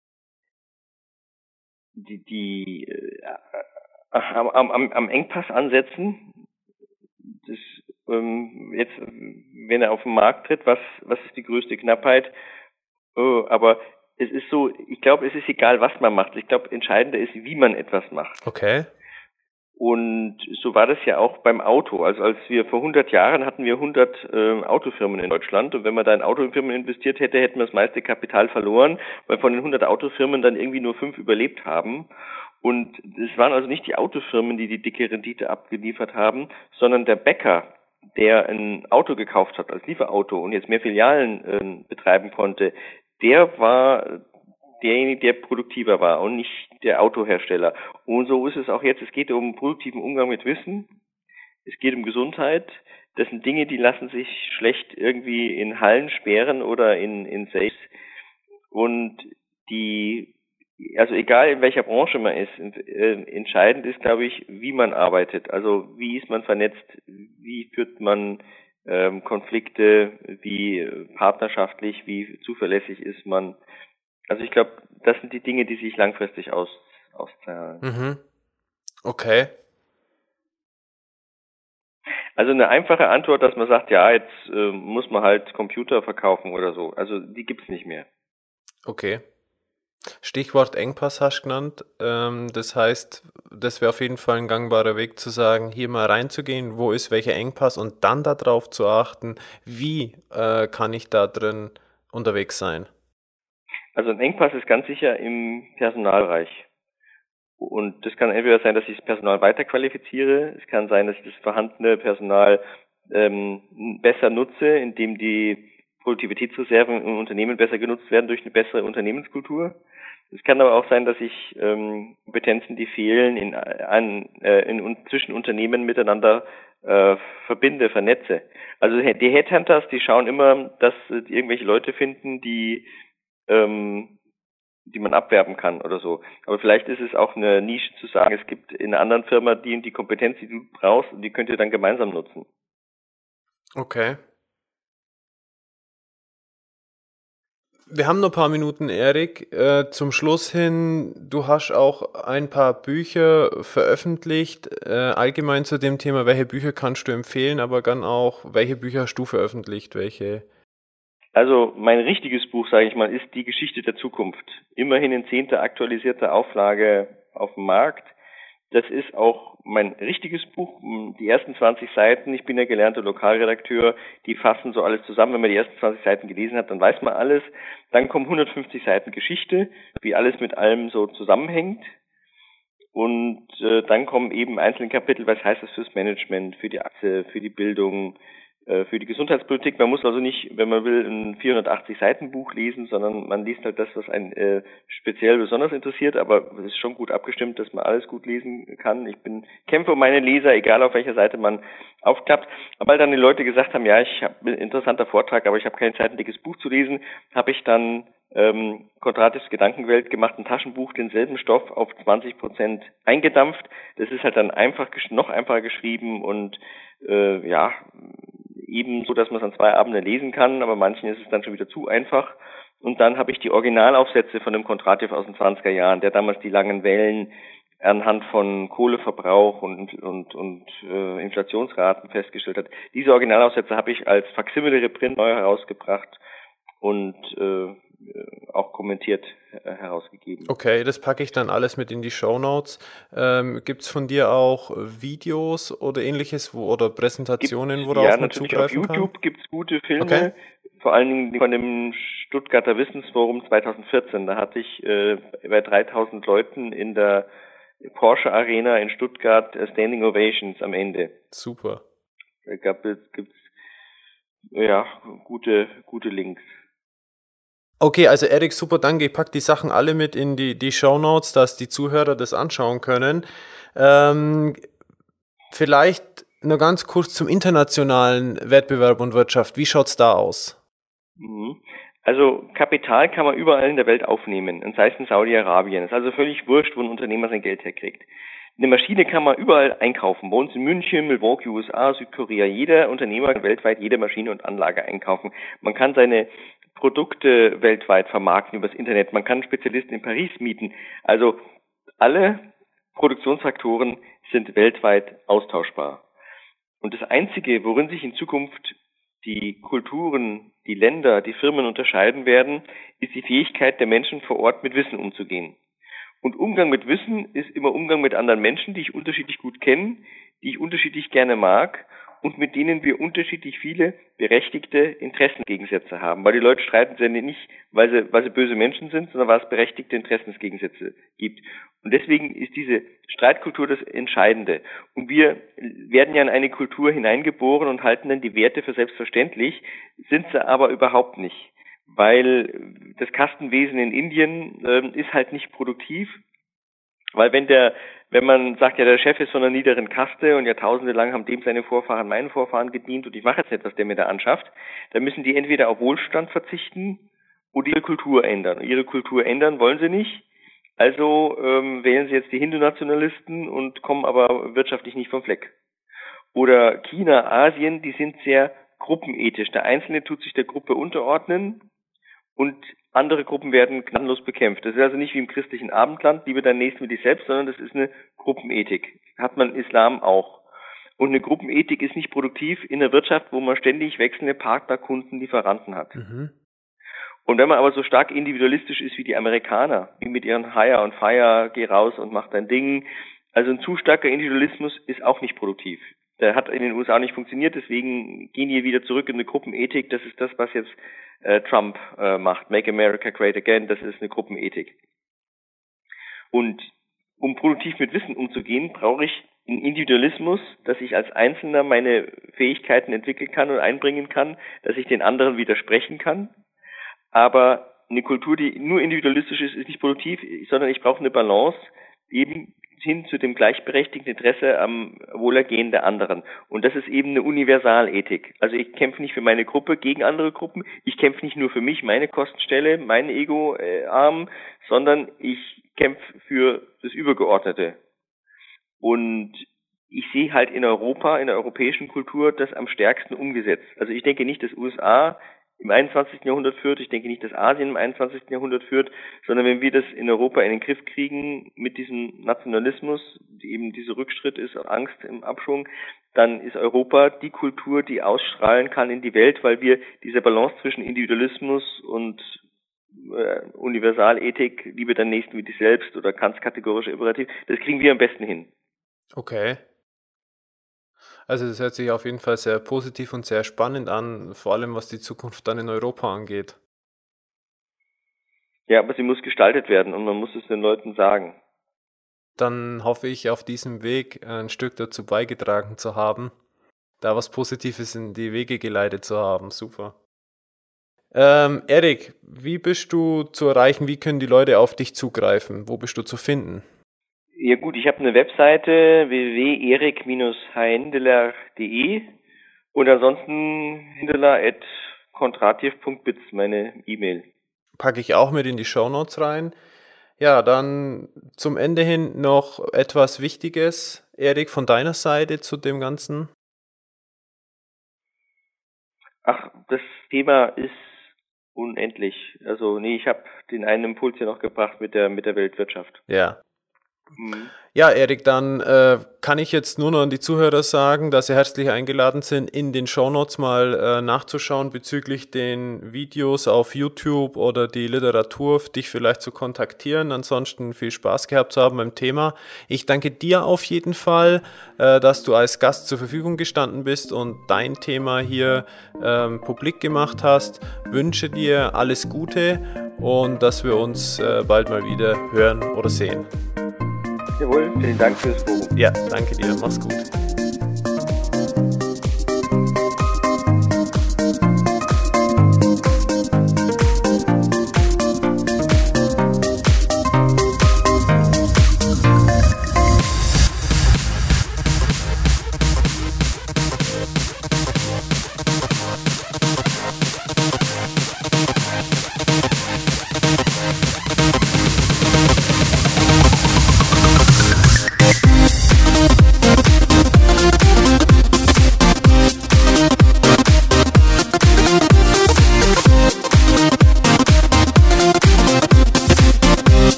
die, die äh, am, am, am Engpass ansetzen, das ähm, jetzt, wenn er auf den Markt tritt, was, was ist die größte Knappheit? Oh, aber es ist so, ich glaube, es ist egal, was man macht. Ich glaube, entscheidender ist, wie man etwas macht. Okay. Und so war das ja auch beim Auto. Also als wir vor hundert Jahren hatten wir hundert äh, Autofirmen in Deutschland. Und wenn man da in Autofirmen investiert hätte, hätten wir das meiste Kapital verloren, weil von den hundert Autofirmen dann irgendwie nur fünf überlebt haben. Und es waren also nicht die Autofirmen, die die dicke Rendite abgeliefert haben, sondern der Bäcker, der ein Auto gekauft hat als Lieferauto und jetzt mehr Filialen äh, betreiben konnte, der war derjenige, der produktiver war und nicht der Autohersteller. Und so ist es auch jetzt. Es geht um produktiven Umgang mit Wissen. Es geht um Gesundheit. Das sind Dinge, die lassen sich schlecht irgendwie in Hallen sperren oder in, in Safes. Und die, also egal in welcher Branche man ist, äh, entscheidend ist, glaube ich, wie man arbeitet. Also wie ist man vernetzt? Wie führt man ähm, Konflikte? Wie partnerschaftlich? Wie zuverlässig ist man? Also ich glaube, das sind die Dinge, die sich langfristig aus, auszahlen. Mhm. Okay. Also eine einfache Antwort, dass man sagt, ja, jetzt äh, muss man halt Computer verkaufen oder so. Also die gibt's nicht mehr. Okay. Stichwort Engpass hast du genannt. Ähm, das heißt, das wäre auf jeden Fall ein gangbarer Weg zu sagen, hier mal reinzugehen, wo ist welcher Engpass und dann darauf zu achten, wie äh, kann ich da drin unterwegs sein. Also ein Engpass ist ganz sicher im Personalbereich. Und das kann entweder sein, dass ich das Personal weiterqualifiziere, es kann sein, dass ich das vorhandene Personal ähm, besser nutze, indem die Produktivitätsreserven im Unternehmen besser genutzt werden durch eine bessere Unternehmenskultur. Es kann aber auch sein, dass ich ähm, Kompetenzen, die fehlen, in, an, äh, in, zwischen Unternehmen miteinander äh, verbinde, vernetze. Also die Headhunters, die schauen immer, dass äh, die irgendwelche Leute finden, die ähm, die man abwerben kann oder so. Aber vielleicht ist es auch eine Nische zu sagen, es gibt in einer anderen Firma die und die Kompetenz, die du brauchst, und die könnt ihr dann gemeinsam nutzen. Okay. Wir haben noch ein paar Minuten, Erik. Äh, zum Schluss hin, du hast auch ein paar Bücher veröffentlicht, äh, allgemein zu dem Thema, welche Bücher kannst du empfehlen, aber dann auch, welche Bücher hast du veröffentlicht, welche? Also mein richtiges Buch, sage ich mal, ist Die Geschichte der Zukunft. Immerhin in zehnter aktualisierter Auflage auf dem Markt. Das ist auch mein richtiges Buch. Die ersten zwanzig Seiten, ich bin ja gelernter Lokalredakteur, die fassen so alles zusammen. Wenn man die ersten zwanzig Seiten gelesen hat, dann weiß man alles. Dann kommen hundertfünfzig Seiten Geschichte, wie alles mit allem so zusammenhängt. Und äh, dann kommen eben einzelne Kapitel, was heißt das fürs Management, für die Aktie, für die Bildung, äh, für die Gesundheitspolitik. Man muss also nicht, wenn man will, ein vierhundertachtzig Seiten Buch lesen, sondern man liest halt das, was einen äh, speziell besonders interessiert. Aber es ist schon gut abgestimmt, dass man alles gut lesen kann. Ich bin kämpfe um meine Leser, egal auf welcher Seite man aufklappt. Aber weil dann die Leute gesagt haben, ja, ich habe ein interessanter Vortrag, aber ich habe keine Zeit, ein dickes Buch zu lesen, habe ich dann ähm, Quadratische Gedankenwelt gemacht, ein Taschenbuch, denselben Stoff auf zwanzig Prozent eingedampft. Das ist halt dann einfach, noch einfacher geschrieben und äh, ja, eben so, dass man es an zwei Abenden lesen kann, aber manchen ist es dann schon wieder zu einfach. Und dann habe ich die Originalaufsätze von dem Kondratjew aus den zwanziger Jahren, der damals die langen Wellen anhand von Kohleverbrauch und und und äh, Inflationsraten festgestellt hat. Diese Originalaufsätze habe ich als Faksimile Reprint neu herausgebracht und äh, auch kommentiert äh, herausgegeben. Okay, das packe ich dann alles mit in die Shownotes. Ähm, gibt es von dir auch Videos oder ähnliches wo, oder Präsentationen, gibt's, worauf ja, man natürlich zugreifen auf YouTube kann? gibt es gute Filme, Okay. vor allen Dingen von dem Stuttgarter Wissensforum zweitausendvierzehn. Da hatte ich äh, bei dreitausend Leuten in der Porsche Arena in Stuttgart äh, Standing Ovations am Ende. Super. Da gab es gibt's, ja, gute, gute Links. Okay, also Erik, super, danke. Ich packe die Sachen alle mit in die, die Shownotes, dass die Zuhörer das anschauen können. Ähm, vielleicht nur ganz kurz zum internationalen Wettbewerb und Wirtschaft. Wie schaut's da aus? Mhm. Also Kapital kann man überall in der Welt aufnehmen, und sei es in Saudi-Arabien. Es ist also völlig wurscht, wo ein Unternehmer sein Geld herkriegt. Eine Maschine kann man überall einkaufen. Bei uns in München, Milwaukee, U S A, Südkorea. Jeder Unternehmer kann weltweit jede Maschine und Anlage einkaufen. Man kann seine Produkte weltweit vermarkten übers Internet. Man kann Spezialisten in Paris mieten. Also alle Produktionsfaktoren sind weltweit austauschbar. Und das Einzige, worin sich in Zukunft die Kulturen, die Länder, die Firmen unterscheiden werden, ist die Fähigkeit der Menschen vor Ort mit Wissen umzugehen. Und Umgang mit Wissen ist immer Umgang mit anderen Menschen, die ich unterschiedlich gut kenne, die ich unterschiedlich gerne mag und mit denen wir unterschiedlich viele berechtigte Interessengegensätze haben. Weil die Leute streiten sich nicht, weil sie, weil sie böse Menschen sind, sondern weil es berechtigte Interessensgegensätze gibt. Und deswegen ist diese Streitkultur das Entscheidende. Und wir werden ja in eine Kultur hineingeboren und halten dann die Werte für selbstverständlich, sind sie aber überhaupt nicht. Weil das Kastenwesen in Indien äh, ist halt nicht produktiv. Weil wenn der, wenn man sagt, ja, der Chef ist von einer niederen Kaste und Jahrtausende lang haben dem seine Vorfahren, meinen Vorfahren gedient und ich mache jetzt nicht, was der mir da anschafft, dann müssen die entweder auf Wohlstand verzichten oder ihre Kultur ändern. Und ihre Kultur ändern wollen sie nicht. Also ähm, wählen sie jetzt die Hindu-Nationalisten und kommen aber wirtschaftlich nicht vom Fleck. Oder China, Asien, die sind sehr gruppenethisch. Der Einzelne tut sich der Gruppe unterordnen und andere Gruppen werden gnadenlos bekämpft. Das ist also nicht wie im christlichen Abendland, liebe deinen Nächsten wie dich selbst, sondern das ist eine Gruppenethik. Hat man im Islam auch. Und eine Gruppenethik ist nicht produktiv in der Wirtschaft, wo man ständig wechselnde Partner, Kunden, Lieferanten hat. Mhm. Und wenn man aber so stark individualistisch ist wie die Amerikaner, wie mit ihren Hire und Fire, geh raus und mach dein Ding, also ein zu starker Individualismus ist auch nicht produktiv. Der hat in den U S A nicht funktioniert, deswegen gehen die wieder zurück in eine Gruppenethik. Das ist das, was jetzt äh, Trump äh, macht. Make America Great Again, das ist eine Gruppenethik. Und um produktiv mit Wissen umzugehen, brauche ich einen Individualismus, dass ich als Einzelner meine Fähigkeiten entwickeln kann und einbringen kann, dass ich den anderen widersprechen kann. Aber eine Kultur, die nur individualistisch ist, ist nicht produktiv, sondern ich brauche eine Balance eben hin zu dem gleichberechtigten Interesse am Wohlergehen der anderen. Und das ist eben eine Universalethik. Also ich kämpfe nicht für meine Gruppe gegen andere Gruppen, ich kämpfe nicht nur für mich, meine Kostenstelle, mein Ego-Arm, sondern ich kämpfe für das Übergeordnete. Und ich sehe halt in Europa, in der europäischen Kultur, das am stärksten umgesetzt. Also ich denke nicht, dass U S A im einundzwanzigsten Jahrhundert führt. Ich denke nicht, dass Asien im einundzwanzigsten Jahrhundert führt, sondern wenn wir das in Europa in den Griff kriegen mit diesem Nationalismus, die eben dieser Rückschritt ist, Angst im Abschwung, dann ist Europa die Kultur, die ausstrahlen kann in die Welt, weil wir diese Balance zwischen Individualismus und äh, Universalethik, Liebe deinen Nächsten wie dich selbst oder Kants kategorische Imperativ, das kriegen wir am besten hin. Okay. Also das hört sich auf jeden Fall sehr positiv und sehr spannend an, vor allem was die Zukunft dann in Europa angeht. Ja, aber sie muss gestaltet werden und man muss es den Leuten sagen. Dann hoffe ich, auf diesem Weg ein Stück dazu beigetragen zu haben, da was Positives in die Wege geleitet zu haben. Super. Ähm, Erik, wie bist du zu erreichen? Wie können die Leute auf dich zugreifen? Wo bist du zu finden? Ja gut, ich habe eine Webseite w w w punkt erik Heindeler punkt de und ansonsten hindeler at kontratiev punkt biz, meine E-Mail. Packe ich auch mit in die Shownotes rein. Ja, dann zum Ende hin noch etwas Wichtiges, Erik, von deiner Seite zu dem Ganzen? Ach, das Thema ist unendlich. Also nee, ich habe den einen Impuls hier noch gebracht mit der mit der Weltwirtschaft. Ja. Mhm. Ja, Erik, dann äh, kann ich jetzt nur noch an die Zuhörer sagen, dass sie herzlich eingeladen sind, in den Shownotes mal äh, nachzuschauen bezüglich den Videos auf YouTube oder die Literatur, dich vielleicht zu kontaktieren. Ansonsten viel Spaß gehabt zu haben beim Thema. Ich danke dir auf jeden Fall, äh, dass du als Gast zur Verfügung gestanden bist und dein Thema hier ähm, publik gemacht hast. Wünsche dir alles Gute und dass wir uns äh, bald mal wieder hören oder sehen. Jawohl, vielen Dank fürs Forum. Ja, danke dir. Mach's gut.